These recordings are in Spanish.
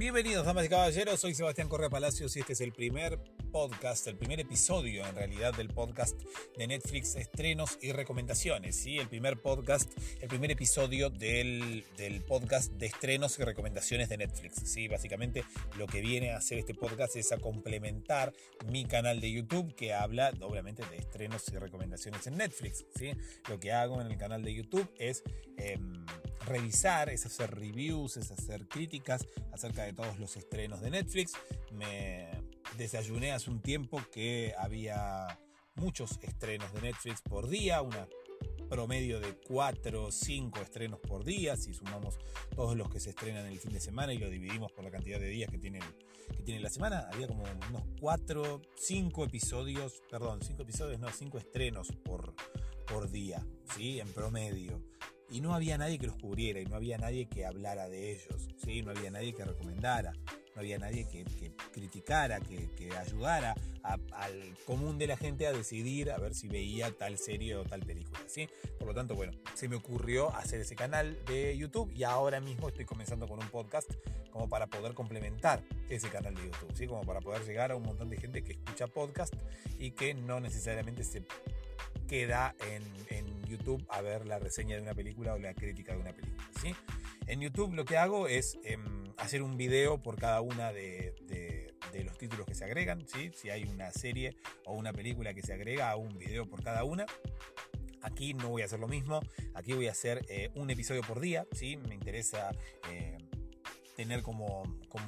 Bienvenidos, damas y caballeros, soy Sebastián Correa Palacios y este es el primer podcast, el primer episodio en realidad del podcast de Netflix, estrenos y recomendaciones, ¿sí? El primer episodio del podcast de estrenos y recomendaciones de Netflix, ¿sí? Básicamente lo que viene a hacer este podcast es a complementar mi canal de YouTube que habla obviamente de estrenos y recomendaciones en Netflix, ¿sí? Lo que hago en el canal de YouTube es revisar, es hacer reviews, es hacer críticas acerca de todos los estrenos de Netflix. Me desayuné hace un tiempo que había muchos estrenos de Netflix por día, una promedio de 4 o 5 estrenos por día, si sumamos todos los que se estrenan el fin de semana y lo dividimos por la cantidad de días que tiene la semana. Había como unos 5 estrenos por día, ¿sí? En promedio. Y no había nadie que los cubriera y no había nadie que hablara de ellos, ¿sí? No había nadie que recomendara, no había nadie que criticara, que ayudara al común de la gente a decidir a ver si veía tal serie o tal película, ¿sí? Por lo tanto, bueno, se me ocurrió hacer ese canal de YouTube y ahora mismo estoy comenzando con un podcast como para poder complementar ese canal de YouTube, ¿sí? Como para poder llegar a un montón de gente que escucha podcast y que no necesariamente se queda en YouTube a ver la reseña de una película o la crítica de una película, ¿sí? En YouTube lo que hago es hacer un video por cada una de los títulos que se agregan, ¿sí? Si hay una serie o una película que se agrega, hago un video por cada una. Aquí no voy a hacer lo mismo, aquí voy a hacer un episodio por día, ¿sí? Me interesa tener como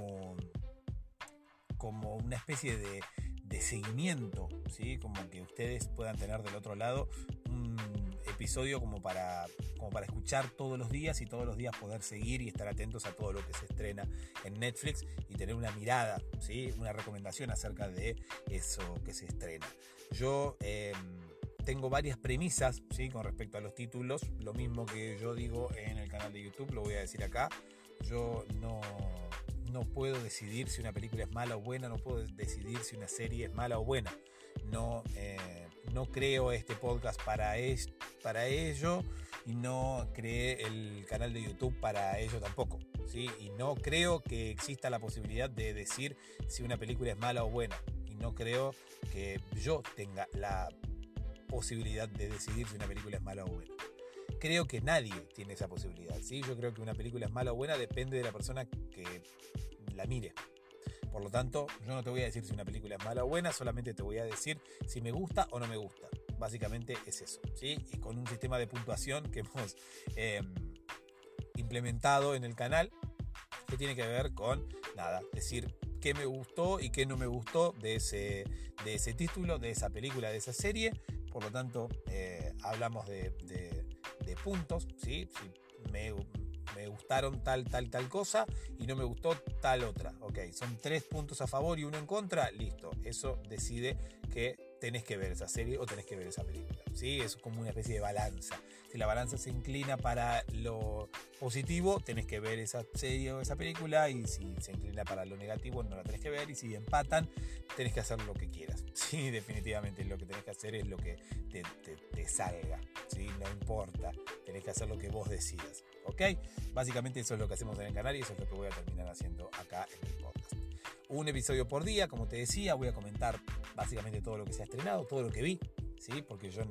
una especie de seguimiento, ¿sí? Como que ustedes puedan tener del otro lado un episodio como para escuchar todos los días y todos los días poder seguir y estar atentos a todo lo que se estrena en Netflix y tener una mirada, ¿sí? Una recomendación acerca de eso que se estrena. Yo tengo varias premisas, ¿sí? Con respecto a los títulos, lo mismo que yo digo en el canal de YouTube, lo voy a decir acá. Yo no puedo decidir si una película es mala o buena, no puedo decidir si una serie es mala o buena. No creo este podcast para ello y no creé el canal de YouTube para ello tampoco, ¿sí? Y no creo que exista la posibilidad de decir si una película es mala o buena. Y no creo que yo tenga la posibilidad de decidir si una película es mala o buena. Creo que nadie tiene esa posibilidad, ¿sí? Yo creo que una película es mala o buena depende de la persona que la mire. Por lo tanto, yo no te voy a decir si una película es mala o buena, solamente te voy a decir si me gusta o no me gusta. Básicamente es eso, ¿sí? Y con un sistema de puntuación que hemos implementado en el canal, que tiene que ver con, decir qué me gustó y qué no me gustó de ese título, de esa película, de esa serie. Por lo tanto, hablamos de puntos, ¿sí? Si me gustaron tal cosa y no me gustó tal otra. Ok, son 3 puntos a favor y 1 en contra, listo. Eso decide que tenés que ver esa serie o tenés que ver esa película, ¿sí? Es como una especie de balanza. Si la balanza se inclina para lo positivo, tenés que ver esa serie o esa película, y si se inclina para lo negativo, no la tenés que ver, y si empatan, tenés que hacer lo que quieras. Sí, definitivamente lo que tenés que hacer es lo que te salga, ¿sí? No importa, tenés que hacer lo que vos decidas, ¿ok? Básicamente eso es lo que hacemos en el canal y eso es lo que voy a terminar haciendo acá en el podcast. Un episodio por día, como te decía, voy a comentar básicamente todo lo que se ha estrenado, todo lo que vi, ¿sí? Porque yo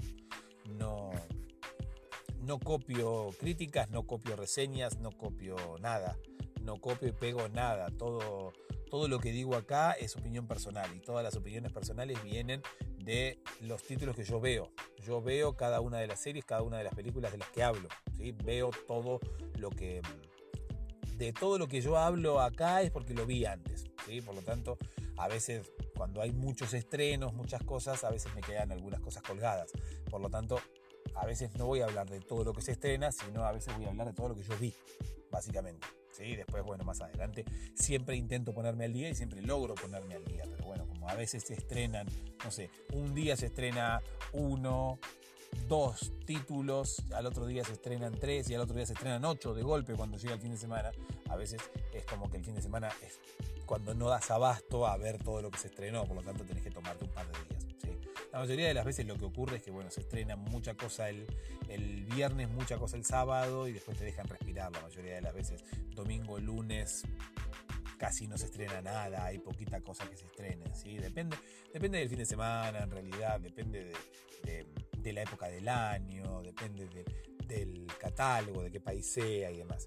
no copio críticas, no copio reseñas, no copio nada, no copio y pego nada. Todo lo que digo acá es opinión personal y todas las opiniones personales vienen de los títulos que yo veo. Yo veo cada una de las series, cada una de las películas de las que hablo, ¿sí? Veo de todo lo que yo hablo acá es porque lo vi antes, ¿sí? Por lo tanto, a veces cuando hay muchos estrenos, muchas cosas, a veces me quedan algunas cosas colgadas. Por lo tanto, a veces no voy a hablar de todo lo que se estrena, sino a veces voy a hablar de todo lo que yo vi, básicamente, ¿sí? Después, bueno, más adelante siempre intento ponerme al día y siempre logro ponerme al día. Pero bueno, como a veces se estrenan, no sé, un día se estrena 1, 2 títulos, al otro día se estrenan 3 y al otro día se estrenan 8 de golpe cuando llega el fin de semana. A veces es como que el fin de semana es cuando no das abasto a ver todo lo que se estrenó, por lo tanto tenés que tomarte un par de días, ¿sí? La mayoría de las veces lo que ocurre es que, bueno, se estrena mucha cosa el viernes, mucha cosa el sábado y después te dejan respirar la mayoría de las veces. Domingo, lunes, casi no se estrena nada, hay poquita cosa que se estrene, ¿sí? Depende del fin de semana, en realidad, depende de la época del año, depende del catálogo, de qué país sea y demás.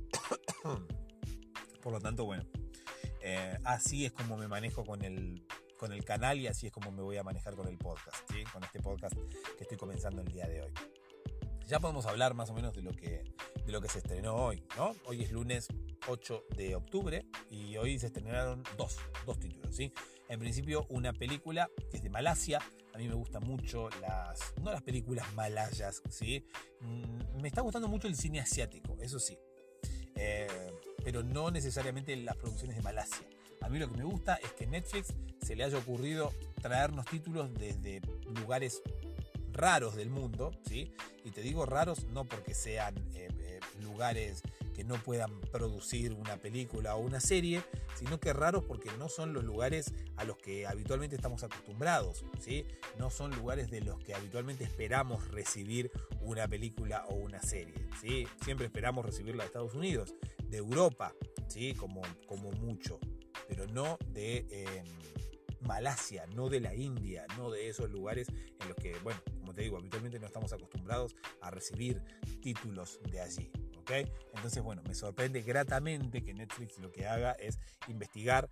Por lo tanto, bueno, así es como me manejo con el canal y así es como me voy a manejar con el podcast, ¿sí? Con este podcast que estoy comenzando el día de hoy. Ya podemos hablar más o menos de lo que se estrenó hoy, ¿no? Hoy es lunes 8 de octubre y hoy se estrenaron dos títulos, ¿sí? En principio, una película que es de Malasia. A mí me gustan mucho no las películas malayas, ¿sí? Me está gustando mucho el cine asiático, eso sí. Pero no necesariamente las producciones de Malasia. A mí lo que me gusta es que Netflix se le haya ocurrido traernos títulos desde lugares raros del mundo, ¿sí? Y te digo raros no porque sean lugares que no puedan producir una película o una serie, sino que raros porque no son los lugares a los que habitualmente estamos acostumbrados, ¿sí? No son lugares de los que habitualmente esperamos recibir una película o una serie, ¿sí? Siempre esperamos recibirla de Estados Unidos, de Europa, ¿sí? Como mucho, pero no de Malasia, no de la India, no de esos lugares en los que, bueno, como te digo, habitualmente no estamos acostumbrados a recibir títulos de allí, ¿ok? Entonces, bueno, me sorprende gratamente que Netflix lo que haga es investigar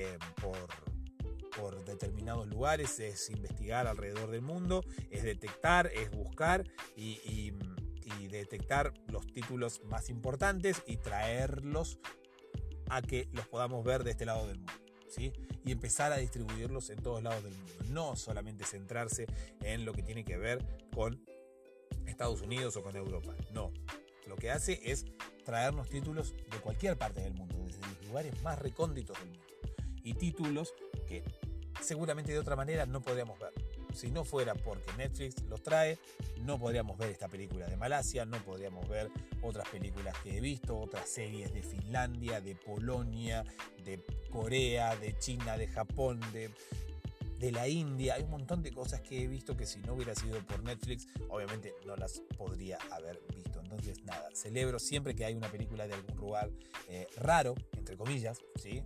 por determinados lugares, es investigar alrededor del mundo, es detectar, es buscar y detectar los títulos más importantes y traerlos a que los podamos ver de este lado del mundo, ¿sí? Y empezar a distribuirlos en todos lados del mundo, no solamente centrarse en lo que tiene que ver con Estados Unidos o con Europa, no. Lo que hace es traernos títulos de cualquier parte del mundo, desde los lugares más recónditos del mundo, y títulos que seguramente de otra manera no podríamos ver. Si no fuera porque Netflix los trae, no podríamos ver esta película de Malasia, no podríamos ver otras películas que he visto, otras series de Finlandia, de Polonia, de Corea, de China, de Japón, de la India. Hay un montón de cosas que he visto que si no hubiera sido por Netflix, obviamente no las podría haber visto. Entonces, nada, celebro siempre que hay una película de algún lugar raro, entre comillas, ¿sí?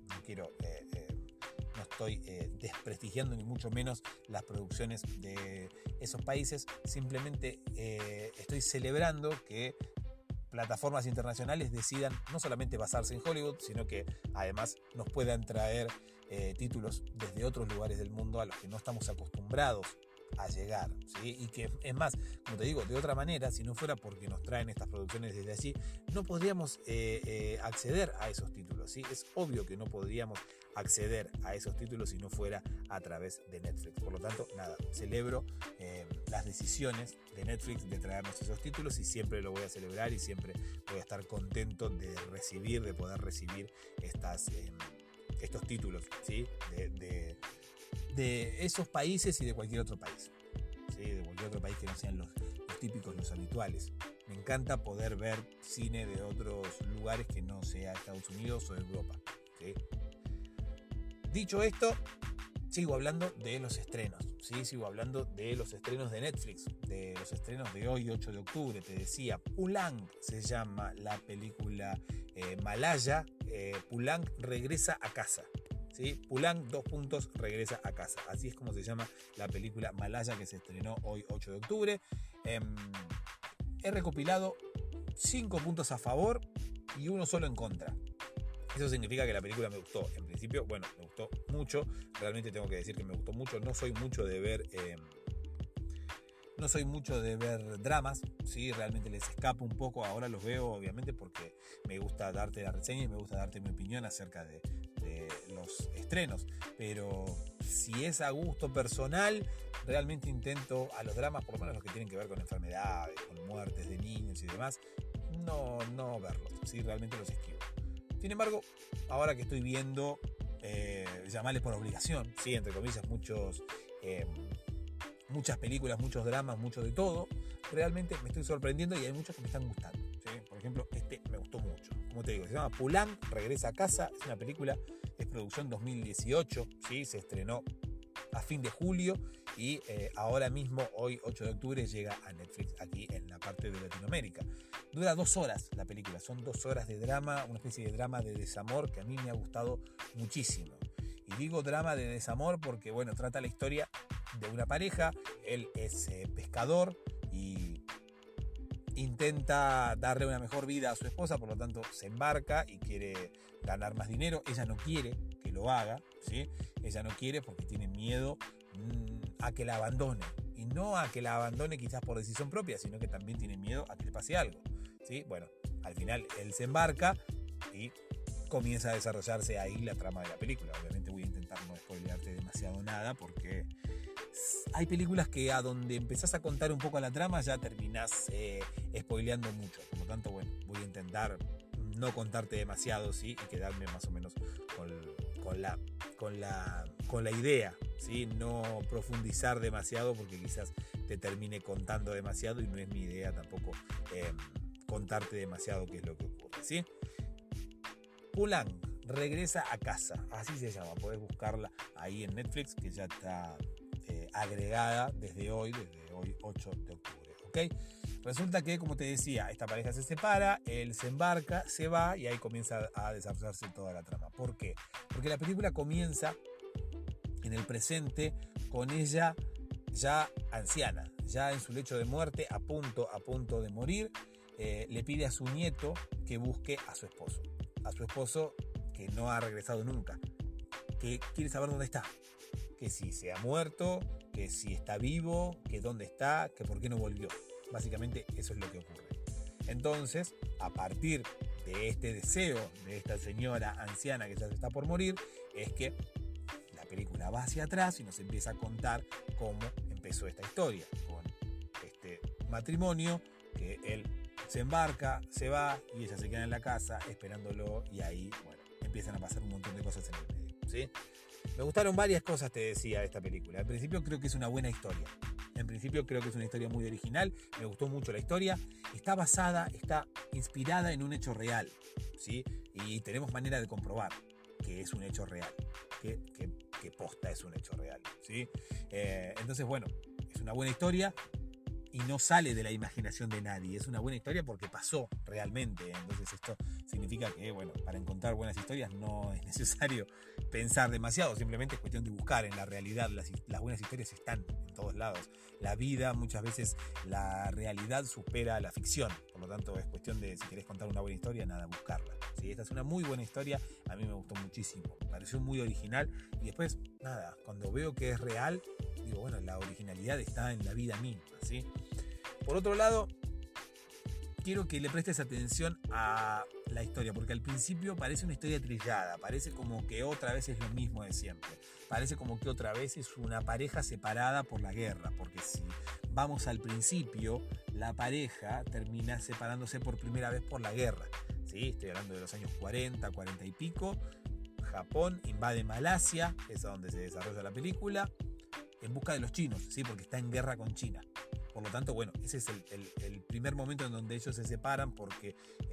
No estoy desprestigiando ni mucho menos las producciones de esos países, simplemente estoy celebrando que plataformas internacionales decidan no solamente basarse en Hollywood, sino que además nos puedan traer títulos desde otros lugares del mundo a los que no estamos acostumbrados a llegar, ¿sí? Y que es más, como te digo, de otra manera, si no fuera porque nos traen estas producciones desde allí, no podríamos acceder a esos títulos, ¿sí? Es obvio que no podríamos acceder a esos títulos si no fuera a través de Netflix. Por lo tanto, nada, celebro las decisiones de Netflix de traernos esos títulos y siempre lo voy a celebrar y siempre voy a estar contento de poder recibir estos títulos, ¿sí? De esos países y de cualquier otro país, ¿sí? De cualquier otro país que no sean los típicos, los habituales. Me encanta poder ver cine de otros lugares que no sea Estados Unidos o Europa, ¿sí? Dicho esto, sigo hablando de los estrenos, ¿sí? Sigo hablando de los estrenos de Netflix, de los estrenos de hoy, 8 de octubre. Te decía, Pulang se llama la película malaya. Pulang regresa a casa. ¿Sí? Pulang, regresa a casa. Así es como se llama la película malaya que se estrenó hoy 8 de octubre. He recopilado 5 puntos a favor y 1 solo en contra. Eso significa que la película me gustó. En principio, bueno, me gustó mucho. Realmente tengo que decir que me gustó mucho. No soy mucho de ver dramas, ¿sí? Realmente les escapo un poco. Ahora los veo, obviamente, porque me gusta darte la reseña y me gusta darte mi opinión acerca de los estrenos. Pero si es a gusto personal, realmente intento a los dramas, por lo menos los que tienen que ver con enfermedades, con muertes de niños y demás, no verlos, ¿sí? Realmente los esquivo. Sin embargo, ahora que estoy viendo, llamarles por obligación, ¿sí? Entre comillas, muchas películas, muchos dramas, mucho de todo, realmente me estoy sorprendiendo y hay muchos que me están gustando, ¿sí? Por ejemplo, este me gustó mucho. Como te digo, se llama Pulang, regresa a casa. Es una película, es producción 2018, ¿sí? Se estrenó a fin de julio y ahora mismo, hoy 8 de octubre, llega a Netflix aquí en la parte de Latinoamérica. Dura 2 horas la película, son 2 horas de drama, una especie de drama de desamor que a mí me ha gustado muchísimo. Y digo drama de desamor porque, bueno, trata la historia de una pareja. Él es pescador y intenta darle una mejor vida a su esposa, por lo tanto se embarca y quiere ganar más dinero. Ella no quiere que lo haga, ¿sí? Ella no quiere porque tiene miedo a que la abandone. Y no a que la abandone quizás por decisión propia, sino que también tiene miedo a que le pase algo, ¿sí? Bueno, al final él se embarca y comienza a desarrollarse ahí la trama de la película. Obviamente voy a intentar no spoilearte demasiado nada porque hay películas que a donde empezás a contar un poco la trama ya terminás spoileando mucho. Por lo tanto, bueno, voy a intentar no contarte demasiado, ¿sí? Y quedarme más o menos con la idea, ¿sí? No profundizar demasiado porque quizás te termine contando demasiado y no es mi idea tampoco contarte demasiado qué es lo que ocurre, ¿sí? Pulang regresa a casa, así se llama. Podés buscarla ahí en Netflix, que ya está agregada desde hoy 8 de octubre, ¿ok? Resulta que, como te decía, esta pareja se separa, él se embarca, se va y ahí comienza a desarrollarse toda la trama. ¿Por qué? Porque la película comienza en el presente con ella ya anciana, ya en su lecho de muerte, a punto de morir. Le pide a su nieto que busque a su esposo que no ha regresado nunca, que quiere saber dónde está, que si se ha muerto, que si está vivo, que dónde está, que por qué no volvió. Básicamente eso es lo que ocurre. Entonces, a partir de este deseo de esta señora anciana que ya se está por morir, es que la película va hacia atrás y nos empieza a contar cómo empezó esta historia, con este matrimonio que él se embarca, se va y ella se queda en la casa esperándolo y ahí, bueno, empiezan a pasar un montón de cosas en el medio, ¿sí? Me gustaron varias cosas, te decía, de esta película. En principio creo que es una buena historia. En principio creo que es una historia muy original. Me gustó mucho la historia. Está inspirada en un hecho real, ¿sí? Y tenemos manera de comprobar que es un hecho real, que posta es un hecho real, ¿sí? Entonces, bueno, es una buena historia y no sale de la imaginación de nadie. Es una buena historia porque pasó realmente. Entonces esto significa que, bueno, para encontrar buenas historias no es necesario pensar demasiado, simplemente es cuestión de buscar en la realidad. Las buenas historias están en todos lados. La vida, muchas veces la realidad supera la ficción, por lo tanto es cuestión de, si querés contar una buena historia, nada, buscarla, ¿sí? Esta es una muy buena historia, a mí me gustó muchísimo, me pareció muy original y después, nada, cuando veo que es real, digo, bueno, la originalidad está en la vida misma, ¿sí? Por otro lado, quiero que le prestes atención a la historia, porque al principio parece una historia trillada, parece como que otra vez es lo mismo de siempre, parece como que otra vez es una pareja separada por la guerra, porque si vamos al principio, la pareja termina separándose por primera vez por la guerra, ¿sí? Estoy hablando de los años 40 y pico, Japón invade Malasia, es donde se desarrolla la película, en busca de los chinos, ¿sí? Porque está en guerra con China. Por lo tanto, bueno, ese es el primer momento en donde ellos se separan porque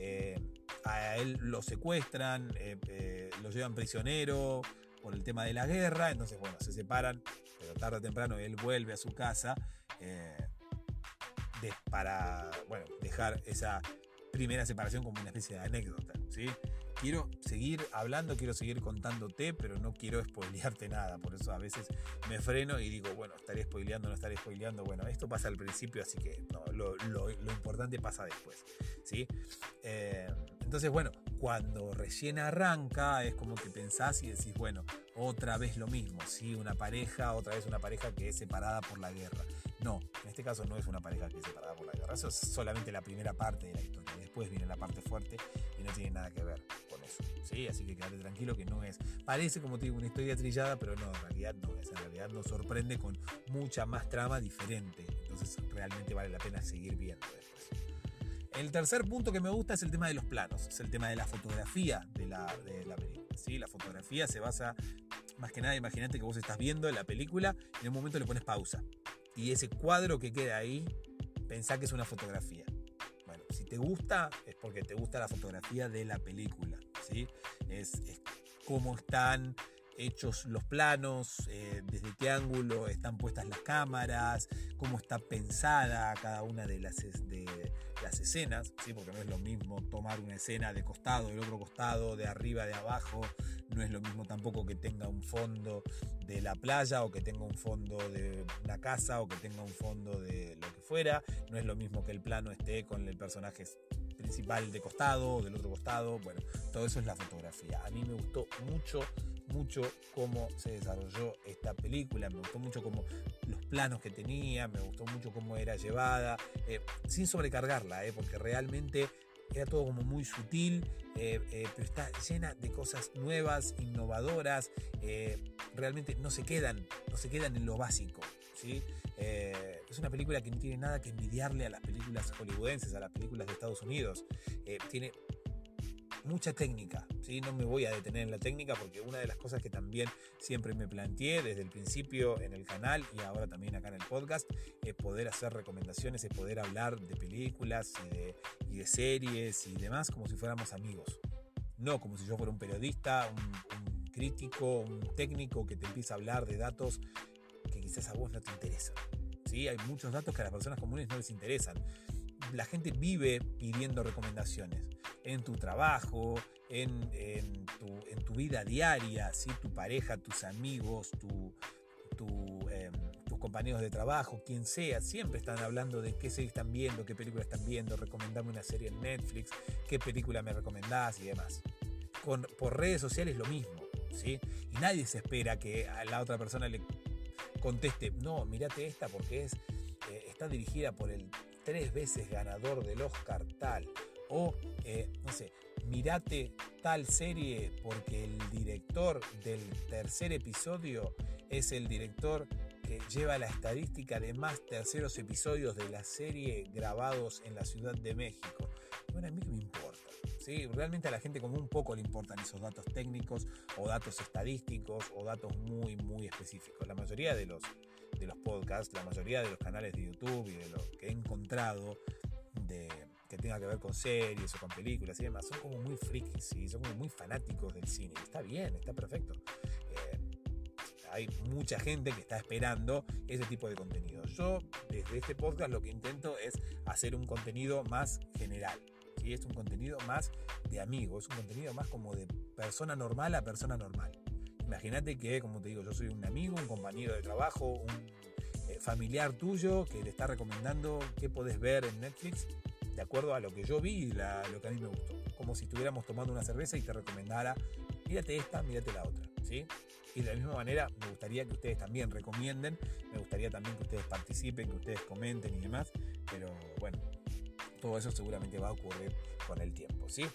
a él lo secuestran, lo llevan prisionero por el tema de la guerra. Entonces, bueno, se separan, pero tarde o temprano él vuelve a su casa para, bueno, dejar esa primera separación como una especie de anécdota, ¿sí? Quiero seguir hablando, quiero seguir contándote, pero no quiero spoilearte nada. Por eso a veces me freno y digo, bueno, estaré spoileando, no estaré spoileando. Bueno, esto pasa al principio, así que no, lo importante pasa después, ¿sí? Entonces, bueno, cuando recién arranca es como que pensás y decís, bueno, otra vez lo mismo, ¿sí? Otra vez una pareja que es separada por la guerra. No, en este caso no es una pareja que es separada por la guerra. Eso es solamente la primera parte de la historia. Después viene la parte fuerte y no tiene nada que ver con eso, ¿sí? Así que quédate tranquilo que no es. Parece, como te digo, una historia trillada, pero no, en realidad no es. En realidad nos sorprende con mucha más trama diferente. Entonces realmente vale la pena seguir viendo después. El tercer punto que me gusta es el tema de los planos, es el tema de la fotografía de la película, ¿sí? La fotografía se basa, más que nada, imagínate que vos estás viendo la película y en un momento le pones pausa. Y ese cuadro que queda ahí, pensá que es una fotografía. Bueno, si te gusta, es porque te gusta la fotografía de la película, ¿sí? Es cómo están hechos los planos, desde qué ángulo están puestas las cámaras, cómo está pensada cada una de las escenas, ¿sí? Porque no es lo mismo tomar una escena de costado, del otro costado, de arriba, de abajo. No es lo mismo tampoco que tenga un fondo de la playa o que tenga un fondo de una casa o que tenga un fondo de lo que fuera. No es lo mismo que el plano esté con el personaje principal de costado o del otro costado. Bueno, todo eso es la fotografía. A mí me gustó mucho cómo se desarrolló esta película, me gustó mucho cómo los planos que tenía, me gustó mucho cómo era llevada, sin sobrecargarla, porque realmente era todo como muy sutil, pero está llena de cosas nuevas, innovadoras, realmente no se quedan en lo básico, ¿sí? Es una película que no tiene nada que envidiarle a las películas hollywoodenses, a las películas de Estados Unidos. Tiene mucha técnica, ¿sí? No me voy a detener en la técnica porque una de las cosas que también siempre me planteé desde el principio en el canal y ahora también acá en el podcast es poder hacer recomendaciones, es poder hablar de películas y de series y demás como si fuéramos amigos, no como si yo fuera un periodista, un crítico, un técnico que te empieza a hablar de datos que quizás a vos no te interesan, ¿sí? Hay muchos datos que a las personas comunes no les interesan. La gente vive pidiendo recomendaciones en tu trabajo, en tu vida diaria, ¿sí? Tu pareja, tus amigos, tus compañeros de trabajo, quien sea, siempre están hablando de qué serie están viendo, qué película están viendo, recomendame una serie en Netflix, qué película me recomendás y demás. Por redes sociales lo mismo, ¿sí? Y nadie se espera que a la otra persona le conteste, no, mirate esta porque está dirigida por el 3 veces ganador del Oscar tal, o no sé, mirate tal serie porque el director del tercer episodio es el director que lleva la estadística de más terceros episodios de la serie grabados en la Ciudad de México. Bueno, a mí que me importa, ¿sí? Realmente a la gente como un poco le importan esos datos técnicos o datos estadísticos o datos muy específicos. La mayoría de los podcasts, la mayoría de los canales de YouTube y de lo que he encontrado que tenga que ver con series o con películas y demás, son como muy frikis, ¿sí? Son como muy fanáticos del cine. Está bien, está perfecto. Hay mucha gente que está esperando ese tipo de contenido. Yo, desde este podcast, lo que intento es hacer un contenido más general, ¿sí? Es un contenido más de amigo, es un contenido más como de persona normal a persona normal. Imagínate que, como te digo, yo soy un amigo, un compañero de trabajo, un familiar tuyo que te está recomendando qué podés ver en Netflix de acuerdo a lo que yo vi y lo que a mí me gustó. Como si estuviéramos tomando una cerveza y te recomendara, mírate esta, mírate la otra, ¿sí? Y de la misma manera me gustaría que ustedes también recomienden, me gustaría también que ustedes participen, que ustedes comenten y demás, pero bueno, todo eso seguramente va a ocurrir con el tiempo, ¿sí?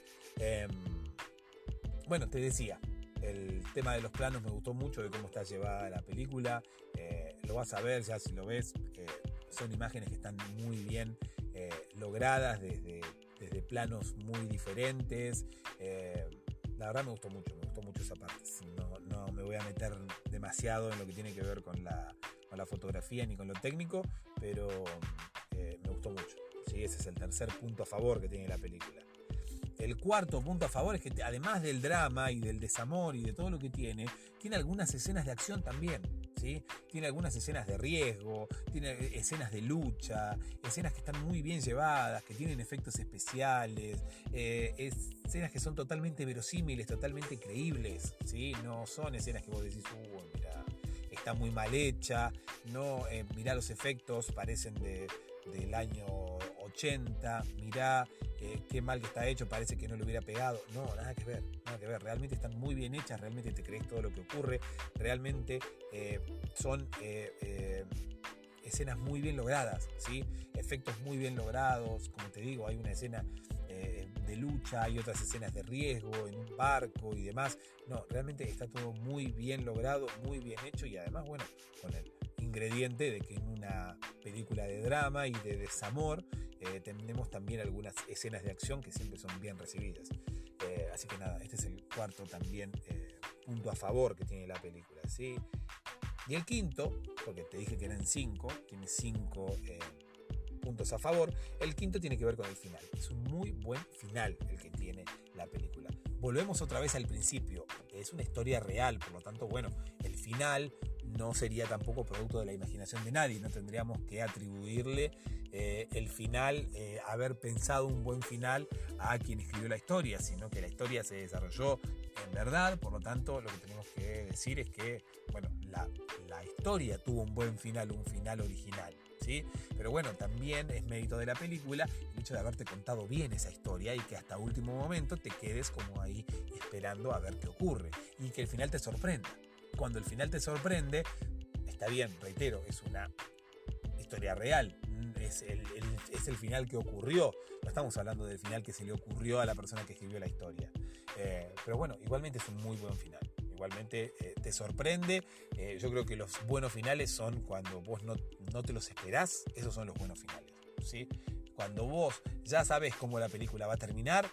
Bueno, te decía, el tema de los planos me gustó mucho, de cómo está llevada la película, lo vas a ver ya si lo ves, son imágenes que están muy bien logradas desde planos muy diferentes. La verdad me gustó mucho esa parte. No me voy a meter demasiado en lo que tiene que ver con la fotografía ni con lo técnico, pero me gustó mucho, ¿sí? Ese es el tercer punto a favor que tiene la película. El cuarto punto a favor es que además del drama y del desamor y de todo lo que tiene algunas escenas de acción también, ¿sí? Tiene algunas escenas de riesgo, tiene escenas de lucha, escenas que están muy bien llevadas, que tienen efectos especiales, escenas que son totalmente verosímiles, totalmente creíbles, ¿sí? No son escenas que vos decís, mira, está muy mal hecha, no, mirá los efectos, parecen del año 80, mirá qué mal que está hecho, parece que no le hubiera pegado. No, nada que ver, realmente están muy bien hechas, realmente te crees todo lo que ocurre, realmente son escenas muy bien logradas, ¿sí? Efectos muy bien logrados, como te digo, hay una escena de lucha, hay otras escenas de riesgo en un barco y demás. No, realmente está todo muy bien logrado, muy bien hecho y además, bueno, con el ingrediente de que en una película de drama y de desamor tenemos también algunas escenas de acción que siempre son bien recibidas. Así que nada, este es el cuarto también punto a favor que tiene la película, ¿sí? Y el quinto, porque te dije que eran 5, tiene 5 puntos a favor. El quinto tiene que ver con el final. Es un muy buen final el que tiene la película. Volvemos otra vez al principio. Es una historia real, por lo tanto, bueno, el final no sería tampoco producto de la imaginación de nadie. No tendríamos que atribuirle el final, haber pensado un buen final a quien escribió la historia, sino que la historia se desarrolló en verdad. Por lo tanto, lo que tenemos que decir es que, bueno, la historia tuvo un buen final, un final original, ¿sí? Pero bueno, también es mérito de la película el hecho de haberte contado bien esa historia y que hasta último momento te quedes como ahí esperando a ver qué ocurre y que el final te sorprenda. Cuando el final te sorprende, está bien, reitero, es una historia real, es el final que ocurrió, no estamos hablando del final que se le ocurrió a la persona que escribió la historia, pero bueno, igualmente es un muy buen final. Igualmente te sorprende. Yo creo que los buenos finales son cuando vos no te los esperás. Esos son los buenos finales, ¿sí? Cuando vos ya sabes cómo la película va a terminar,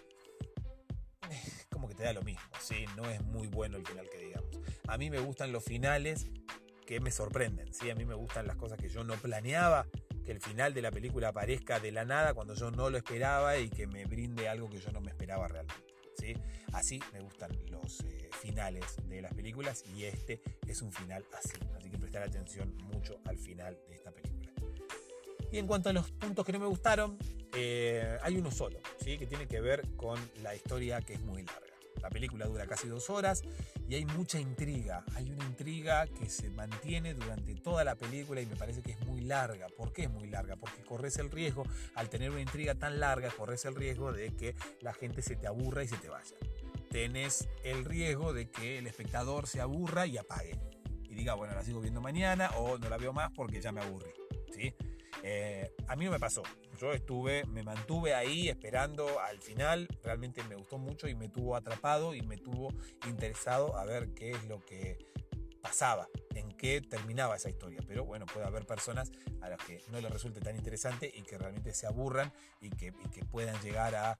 como que te da lo mismo, ¿sí? No es muy bueno el final que digamos. A mí me gustan los finales que me sorprenden, ¿sí? A mí me gustan las cosas que yo no planeaba, que el final de la película aparezca de la nada cuando yo no lo esperaba y que me brinde algo que yo no me esperaba realmente, ¿sí? Así me gustan los finales de las películas y este es un final así que prestar atención mucho al final de esta película. Y en cuanto a los puntos que no me gustaron, hay uno solo, ¿sí? Que tiene que ver con la historia, que es muy larga. La película dura casi 2 horas y hay mucha intriga. Hay una intriga que se mantiene durante toda la película y me parece que es muy larga. ¿Por qué es muy larga? Porque corres el riesgo, al tener una intriga tan larga, corres el riesgo de que la gente se te aburra y se te vaya. Tenés el riesgo de que el espectador se aburra y apague. Y diga, bueno, la sigo viendo mañana o no la veo más porque ya me aburrí, ¿sí? A mí no me pasó. Yo me mantuve ahí esperando al final. Realmente me gustó mucho y me tuvo atrapado y me tuvo interesado a ver qué es lo que pasaba, en qué terminaba esa historia. Pero bueno, puede haber personas a las que no les resulte tan interesante y que realmente se aburran y que puedan llegar a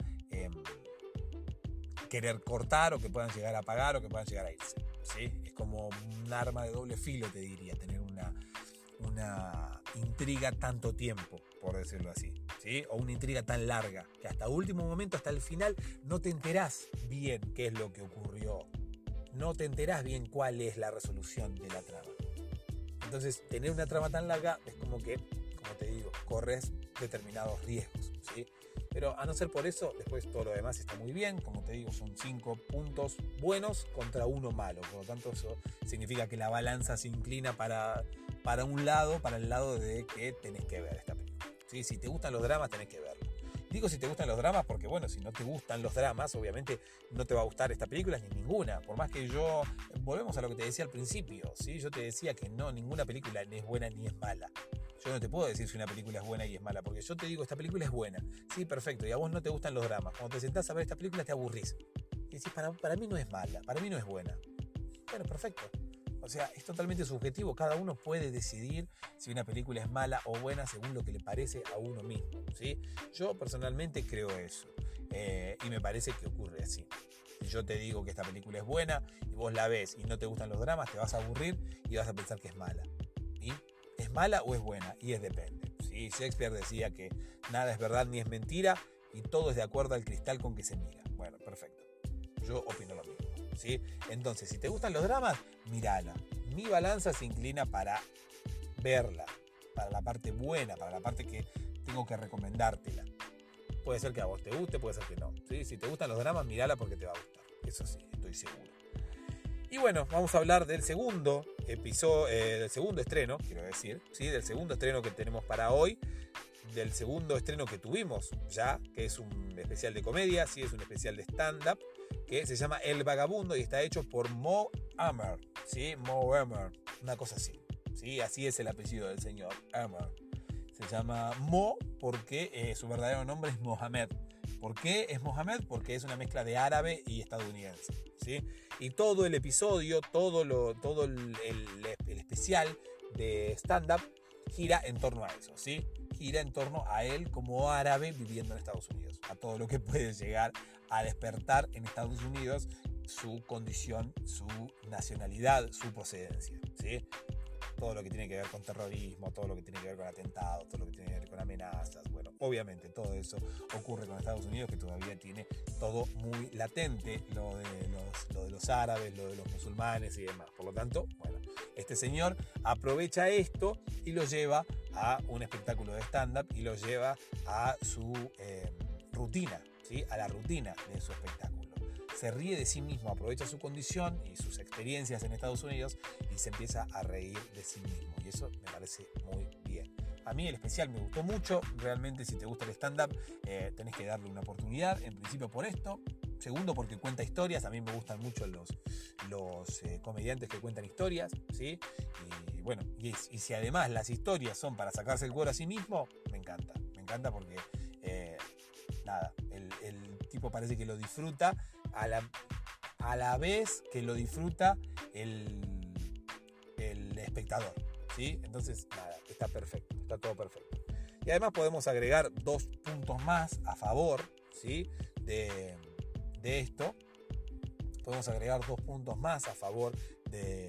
querer cortar o que puedan llegar a apagar o que puedan llegar a irse, ¿sí? Es como un arma de doble filo, te diría, tener una intriga tanto tiempo, por decirlo así, ¿sí? O una intriga tan larga que hasta último momento, hasta el final, no te enterás bien qué es lo que ocurrió, no te enterás bien cuál es la resolución de la trama. Entonces, tener una trama tan larga es como que, como te digo, corres determinados riesgos, ¿sí? Pero a no ser por eso, después todo lo demás está muy bien. Como te digo, son 5 puntos buenos contra 1 malo. Por lo tanto, eso significa que la balanza se inclina para un lado, para el lado de que tenés que ver esta película, ¿sí? Si te gustan los dramas, tenés que verlo. Digo si te gustan los dramas porque, bueno, si no te gustan los dramas, obviamente no te va a gustar esta película ni ninguna. Por más que volvemos a lo que te decía al principio, ¿sí? Yo te decía que no, ninguna película ni es buena ni es mala. Yo no te puedo decir si una película es buena y es mala, porque yo te digo, esta película es buena. Sí, perfecto, y a vos no te gustan los dramas. Cuando te sentás a ver esta película te aburrís. Y decís, para mí no es mala, para mí no es buena. Bueno, perfecto. O sea, es totalmente subjetivo. Cada uno puede decidir si una película es mala o buena según lo que le parece a uno mismo, ¿sí? Yo personalmente creo eso. Y me parece que ocurre así. Si yo te digo que esta película es buena y vos la ves y no te gustan los dramas, te vas a aburrir y vas a pensar que es mala. ¿Y es mala o es buena? Y depende, ¿sí? Shakespeare decía que nada es verdad ni es mentira y todo es de acuerdo al cristal con que se mira. Bueno, perfecto. Yo opino lo mismo, ¿sí? Entonces, si te gustan los dramas, mírala. Mi balanza se inclina para verla, para la parte buena, para la parte que tengo que recomendártela. Puede ser que a vos te guste, puede ser que no, ¿sí? Si te gustan los dramas, mírala porque te va a gustar. Eso sí, estoy seguro. Y bueno, vamos a hablar del segundo episodio, del segundo estreno, quiero decir, ¿sí? Del segundo estreno que tenemos para hoy, del segundo estreno que tuvimos ya, que es un especial de comedia, ¿sí? Es un especial de stand-up, que se llama El Vagabundo y está hecho por Mo Amer, ¿sí? Mo Amer, una cosa así, ¿sí? Así es el apellido del señor Amer. Se llama Mo porque su verdadero nombre es Mohamed. ¿Por qué es Mohamed? Porque es una mezcla de árabe y estadounidense, ¿sí? Y todo el episodio, todo el especial de stand-up gira en torno a eso, ¿sí? Gira en torno a él como árabe viviendo en Estados Unidos, a todo lo que puede llegar a despertar en Estados Unidos su condición, su nacionalidad, su procedencia, ¿sí? todo lo que tiene que ver con terrorismo, todo lo que tiene que ver con atentados, todo lo que tiene que ver con amenazas. Bueno, obviamente todo eso ocurre con Estados Unidos, que todavía tiene todo muy latente, lo de los árabes, lo de los musulmanes y demás. Por lo tanto, bueno, este señor aprovecha esto y lo lleva a un espectáculo de stand-up y lo lleva a su rutina, ¿sí? A la rutina de su espectáculo. Se ríe de sí mismo, aprovecha su condición y sus experiencias en Estados Unidos y se empieza a reír de sí mismo. Y eso me parece muy bien. A mí el especial me gustó mucho. Realmente, si te gusta el stand-up, tenés que darle una oportunidad. En principio por esto. Segundo, porque cuenta historias. A mí me gustan mucho los comediantes que cuentan historias, ¿sí? Y bueno, y si además las historias son para sacarse el cuero a sí mismo, me encanta. Me encanta porque, nada, el tipo parece que lo disfruta a la vez que lo disfruta el espectador, ¿sí? Entonces, nada, está perfecto, está todo perfecto. Y además podemos agregar 2 puntos más a favor, ¿sí? de esto. Podemos agregar 2 puntos más a favor de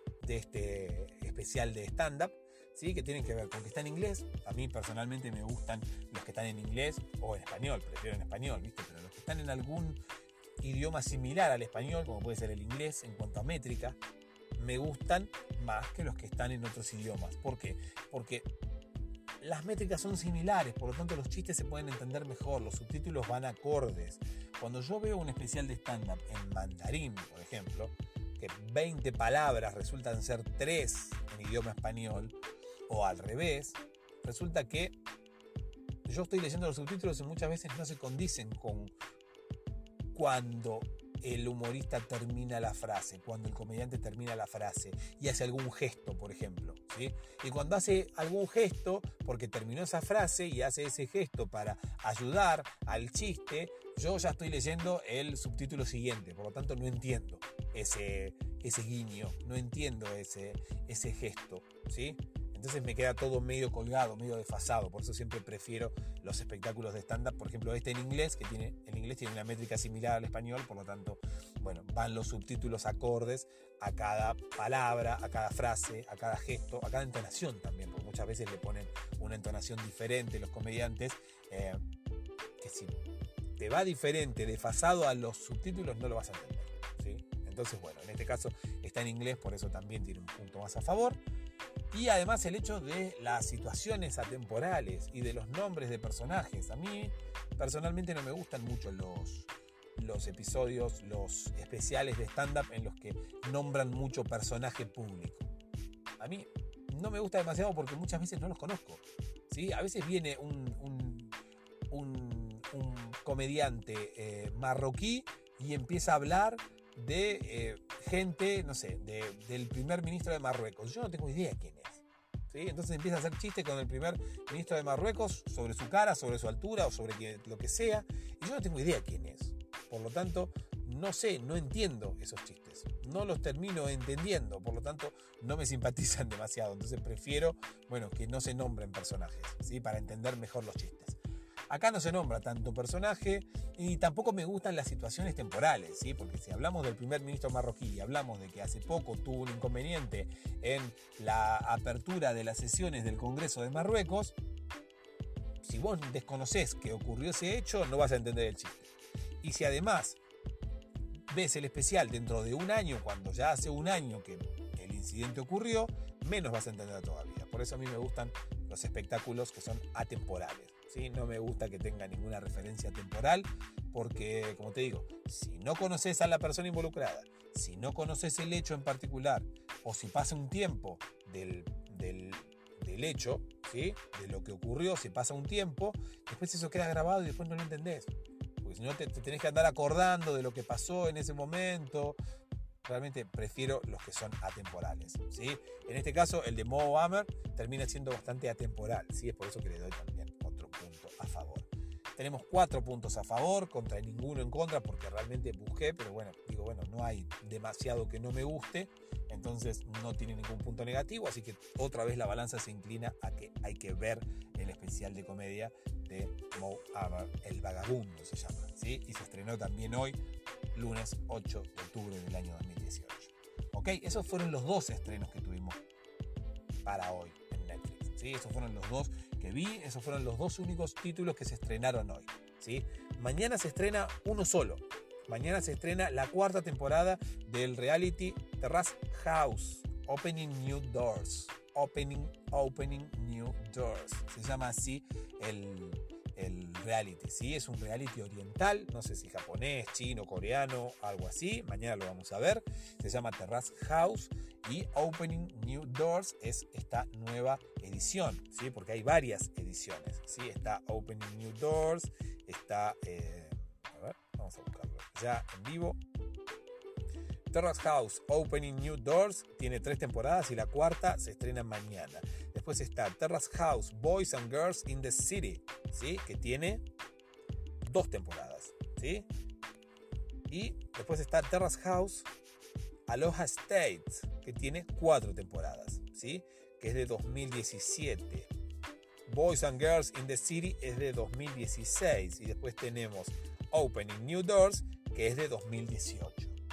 este especial de stand-up, ¿sí? Que tienen que ver con que está en inglés. A mí personalmente me gustan los que están en inglés o en español, prefiero en español, ¿viste? Pero los que están en algún idioma similar al español, como puede ser el inglés en cuanto a métrica, me gustan más que los que están en otros idiomas. ¿Por qué? Porque las métricas son similares, por lo tanto los chistes se pueden entender mejor, los subtítulos van acordes. Cuando yo veo un especial de stand-up en mandarín, por ejemplo, que 20 palabras resultan ser 3 en idioma español, o al revés, resulta que yo estoy leyendo los subtítulos y muchas veces no se condicen con cuando el humorista termina la frase, cuando el comediante termina la frase y hace algún gesto, por ejemplo, ¿sí? Y cuando hace algún gesto, porque terminó esa frase y hace ese gesto para ayudar al chiste, yo ya estoy leyendo el subtítulo siguiente, por lo tanto no entiendo ese guiño, no entiendo ese gesto, ¿sí? Entonces me queda todo medio colgado, medio desfasado. Por eso siempre prefiero los espectáculos de stand-up. Por ejemplo, este en inglés, el inglés tiene una métrica similar al español. Por lo tanto, bueno, van los subtítulos acordes a cada palabra, a cada frase, a cada gesto, a cada entonación también. Porque muchas veces le ponen una entonación diferente los comediantes. Que si te va diferente, desfasado a los subtítulos, no lo vas a entender, ¿sí? Entonces, bueno, en este caso está en inglés, por eso también tiene un punto más a favor. Y además el hecho de las situaciones atemporales y de los nombres de personajes. A mí personalmente no me gustan mucho los episodios, los especiales de stand-up en los que nombran mucho personaje público. A mí no me gusta demasiado porque muchas veces no los conozco, ¿sí? A veces viene un comediante marroquí y empieza a hablar de gente, no sé, del primer ministro de Marruecos. Yo no tengo idea quién es, ¿sí? Entonces empieza a hacer chistes con el primer ministro de Marruecos sobre su cara, sobre su altura o sobre lo que sea, y yo no tengo idea quién es. Por lo tanto, no sé, no entiendo esos chistes, no los termino entendiendo, por lo tanto no me simpatizan demasiado. Entonces prefiero, bueno, que no se nombren personajes, ¿sí? Para entender mejor los chistes. Acá no se nombra tanto personaje y tampoco me gustan las situaciones temporales, ¿sí? Porque si hablamos del primer ministro marroquí y hablamos de que hace poco tuvo un inconveniente en la apertura de las sesiones del Congreso de Marruecos, si vos desconocés que ocurrió ese hecho, no vas a entender el chiste. Y si además ves el especial dentro de un año, cuando ya hace un año que el incidente ocurrió, menos vas a entender todavía. Por eso a mí me gustan los espectáculos que son atemporales, ¿sí? No me gusta que tenga ninguna referencia temporal porque, como te digo, si no conoces a la persona involucrada, si no conoces el hecho en particular, o si pasa un tiempo del hecho, ¿sí? De lo que ocurrió, si pasa un tiempo, después eso queda grabado y después no lo entendés. Porque si no te tenés que andar acordando de lo que pasó en ese momento. Realmente prefiero los que son atemporales, ¿sí? En este caso, el de Mo Amer termina siendo bastante atemporal, ¿sí? Es por eso que le doy también otro punto a favor. Tenemos 4 puntos a favor, contra ninguno en contra, porque realmente busqué, pero bueno, digo, bueno, no hay demasiado que no me guste, entonces no tiene ningún punto negativo, así que otra vez la balanza se inclina a que hay que ver el especial de comedia de Mo Amer, El Vagabundo se llama, ¿sí? Y se estrenó también hoy, lunes 8 de octubre del año 2018. Ok, esos fueron los 2 estrenos que tuvimos para hoy en Netflix, ¿sí? Esos fueron los dos que vi, esos fueron los dos únicos títulos que se estrenaron hoy, ¿sí? Mañana se estrena uno solo. Mañana se estrena la 4ª temporada del reality Terrace House, Opening New Doors. Opening New Doors. Se llama así el reality, ¿sí? Es un reality oriental, no sé si japonés, chino, coreano, algo así. Mañana lo vamos a ver. Se llama Terrace House y Opening New Doors es esta nueva edición, ¿sí? Porque hay varias ediciones, ¿sí? Está Opening New Doors, está... a ver, vamos a buscarlo ya en vivo. Terrace House Opening New Doors tiene 3 temporadas y la 4ª se estrena mañana. Después está Terrace House Boys and Girls in the City, ¿sí? Que tiene 2 temporadas, ¿sí? Y después está Terrace House Aloha State, que tiene 4 temporadas, ¿sí? Que es de 2017. Boys and Girls in the City es de 2016. Y después tenemos Opening New Doors, que es de 2018.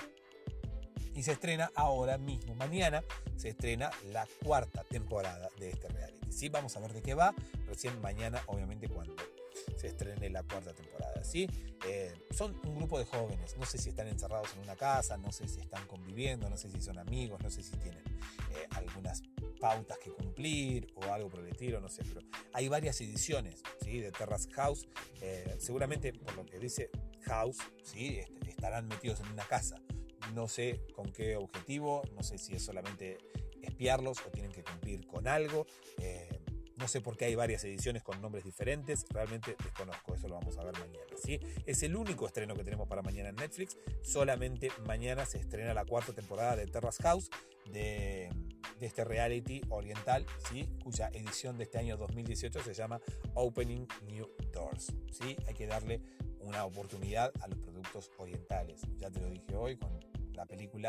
Y se estrena ahora mismo, mañana, se estrena la 4ª temporada de este reality. ¿Sí? Vamos a ver de qué va, recién mañana, obviamente, cuando se estrene la 4ª temporada. ¿Sí? Son un grupo de jóvenes, no sé si están encerrados en una casa, no sé si están conviviendo, no sé si son amigos, no sé si tienen algunas pautas que cumplir o algo por el estilo, no sé, pero hay varias ediciones, ¿sí? De Terrace House. Seguramente, por lo que dice House, ¿sí? Estarán metidos en una casa. No sé con qué objetivo, no sé si es solamente espiarlos o tienen que cumplir con algo. No sé por qué hay varias ediciones con nombres diferentes, realmente desconozco, eso lo vamos a ver mañana, ¿sí? Es el único estreno que tenemos para mañana en Netflix. Solamente mañana se estrena la 4ª temporada de Terrace House, de este reality oriental, ¿sí? Cuya edición de este año 2018 se llama Opening New Doors, ¿sí? Hay que darle una oportunidad a los productos orientales. Ya te lo dije hoy con la película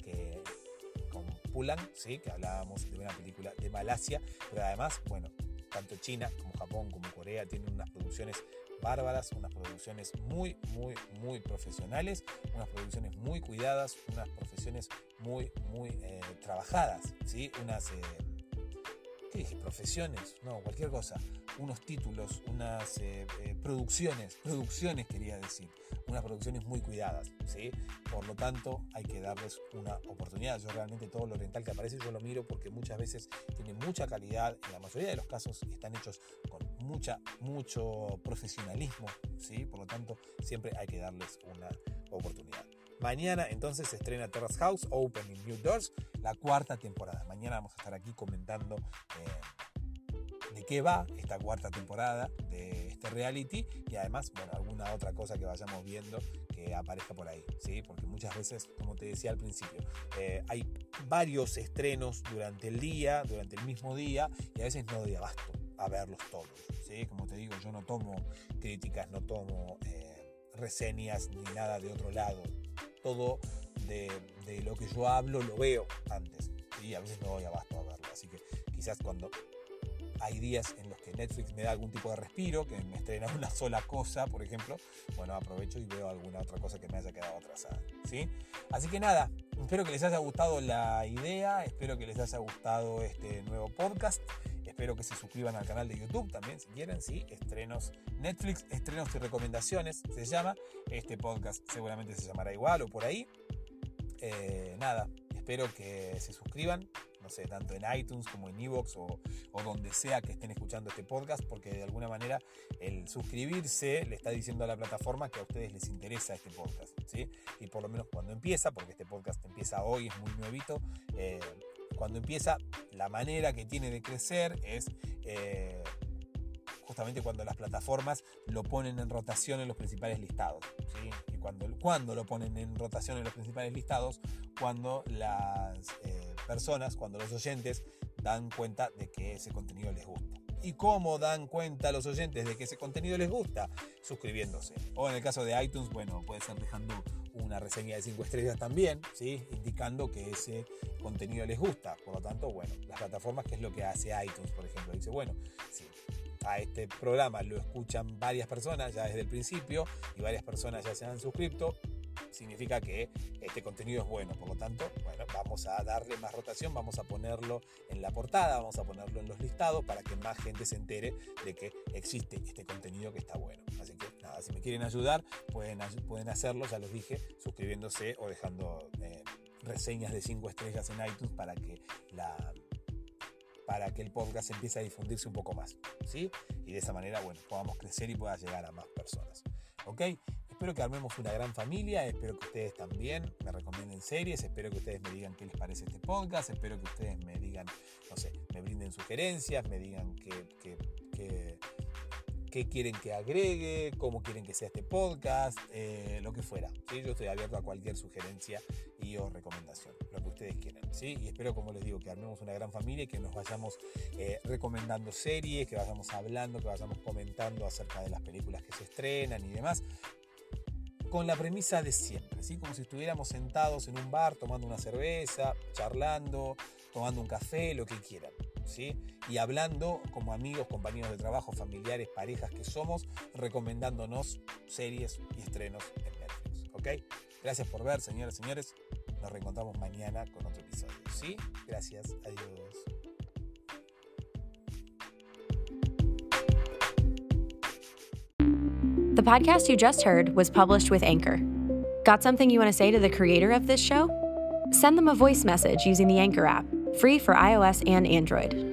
con Pulang, ¿sí? Que hablábamos de una película de Malasia, pero además, bueno, tanto China como Japón como Corea tienen unas producciones bárbaras, unas producciones muy profesionales, unas producciones muy cuidadas, unas profesiones muy trabajadas, ¿sí? Unas... ¿qué dije? Profesiones, no, cualquier cosa, unos títulos, unas producciones quería decir, unas producciones muy cuidadas, ¿sí? Por lo tanto, hay que darles una oportunidad. Yo realmente todo lo oriental que aparece yo lo miro porque muchas veces tiene mucha calidad, en la mayoría de los casos están hechos con mucho profesionalismo, ¿sí? Por lo tanto, siempre hay que darles una oportunidad. Mañana entonces se estrena Terrace House Opening New Doors, la 4ª temporada. Mañana vamos a estar aquí comentando de qué va esta 4ª temporada de este reality y además, bueno, alguna otra cosa que vayamos viendo que aparezca por ahí, ¿sí? Porque muchas veces, como te decía al principio, hay varios estrenos durante el día, durante el mismo día, y a veces no doy abasto a verlos todos, ¿sí? Como te digo, yo no tomo críticas, no tomo reseñas ni nada de otro lado. Todo de lo que yo hablo lo veo antes y a veces no doy abasto a verlo, así que quizás cuando hay días en los que Netflix me da algún tipo de respiro, que me estrena una sola cosa, por ejemplo, bueno, aprovecho y veo alguna otra cosa que me haya quedado atrasada, ¿sí? Así que nada, espero que les haya gustado la idea, espero que les haya gustado este nuevo podcast, espero que se suscriban al canal de YouTube también, si quieren, ¿sí? Estrenos Netflix, estrenos y recomendaciones se llama, este podcast seguramente se llamará igual o por ahí. Nada, espero que se suscriban, no sé, tanto en iTunes como en iVoox o donde sea que estén escuchando este podcast, porque de alguna manera el suscribirse le está diciendo a la plataforma que a ustedes les interesa este podcast, ¿sí? Y por lo menos cuando empieza, porque este podcast empieza hoy, es muy nuevito, cuando empieza, la manera que tiene de crecer es... justamente cuando las plataformas lo ponen en rotación en los principales listados, ¿sí? Y cuando lo ponen en rotación en los principales listados, cuando las personas, cuando los oyentes dan cuenta de que ese contenido les gusta. ¿Y cómo dan cuenta los oyentes de que ese contenido les gusta? Suscribiéndose. O en el caso de iTunes, bueno, puede ser dejando una reseña de 5 estrellas también, ¿sí? Indicando que ese contenido les gusta. Por lo tanto, bueno, las plataformas, ¿qué es lo que hace iTunes, por ejemplo? Dice, bueno, sí, a este programa lo escuchan varias personas ya desde el principio y varias personas ya se han suscrito, significa que este contenido es bueno. Por lo tanto, bueno, vamos a darle más rotación, vamos a ponerlo en la portada, vamos a ponerlo en los listados para que más gente se entere de que existe este contenido que está bueno. Así que nada, si me quieren ayudar, pueden hacerlo, ya los dije, suscribiéndose o dejando reseñas de 5 estrellas en iTunes para que el podcast empiece a difundirse un poco más, ¿sí? Y de esa manera, bueno, podamos crecer y pueda llegar a más personas, ¿ok? Espero que armemos una gran familia, espero que ustedes también me recomienden series, espero que ustedes me digan qué les parece este podcast, espero que ustedes me digan, no sé, me brinden sugerencias, me digan qué quieren que agregue, cómo quieren que sea este podcast, lo que fuera, ¿sí? Yo estoy abierto a cualquier sugerencia y o recomendación, lo que ustedes quieran, ¿sí? Y espero, como les digo, que armemos una gran familia y que nos vayamos recomendando series, que vayamos hablando, que vayamos comentando acerca de las películas que se estrenan y demás, con la premisa de siempre, ¿sí? Como si estuviéramos sentados en un bar tomando una cerveza, charlando, tomando un café, lo que quieran, ¿sí? Y hablando como amigos, compañeros de trabajo, familiares, parejas que somos, recomendándonos series y estrenos en Netflix, ¿ok? Gracias por ver, señoras y señores. Nos reencontramos mañana con otro episodio, ¿sí? Gracias, adiós. The podcast you just heard was published with Anchor. Got something you want to say to the creator of this show? Send them a voice message using the Anchor app, free for iOS and Android.